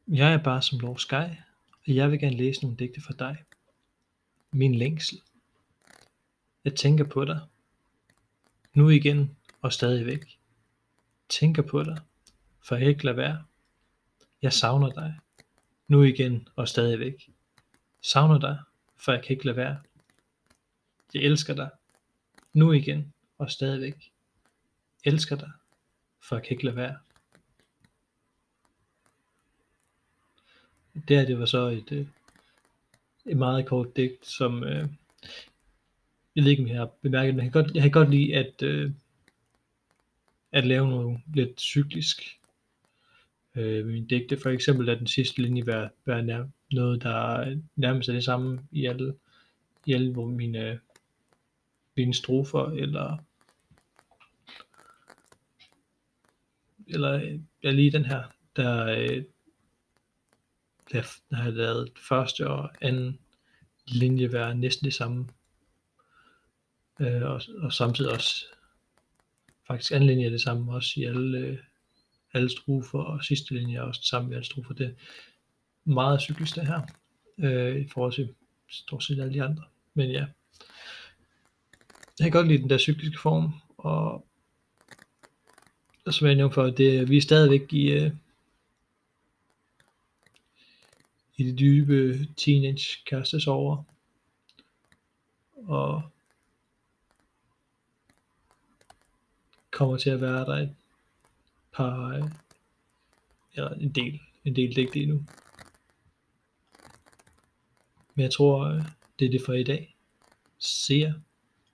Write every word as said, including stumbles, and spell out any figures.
Jeg er bare som Lord Sky, og jeg vil gerne læse nogle digte for dig. Min længsel. Jeg tænker på dig. Nu igen og stadigvæk. Tænker på dig, for jeg ikke lade være. Jeg savner dig. Nu igen og stadigvæk. Savner dig, for jeg kan ikke lade være. Jeg elsker dig. Nu igen og stadigvæk. Elsker dig, for jeg kan ikke lade være. Det her, det var så et, øh, et meget kort digt, som øh, jeg ved ikke, om jeg har bemærket, men jeg kan godt, jeg kan godt lide at, øh, at lave noget lidt cyklisk øh, med mine digte. For eksempel at den sidste linje være, være nær, noget, der nærmest er det samme i alle, i alle hvor mine, mine strofer, eller, eller ja, lige den her, der, øh, der, der har lavet første og anden linje være næsten det samme, øh, og, og samtidig også faktisk anden linje er det samme også i alle, øh, alle strofer, og sidste linje er også det samme i alle strofer. Det er meget cyklisk det her, øh, i forhold til stort set alle de andre. Men ja, jeg kan godt lide den der cykliske form, og, og som jeg nævnte for, det, vi er stadigvæk i, øh, i det dybe teenage kærestesorger, og kommer til at være der et par, øh, eller en del, en del digte endnu. Men jeg tror, øh, det er det for i dag. Se jer.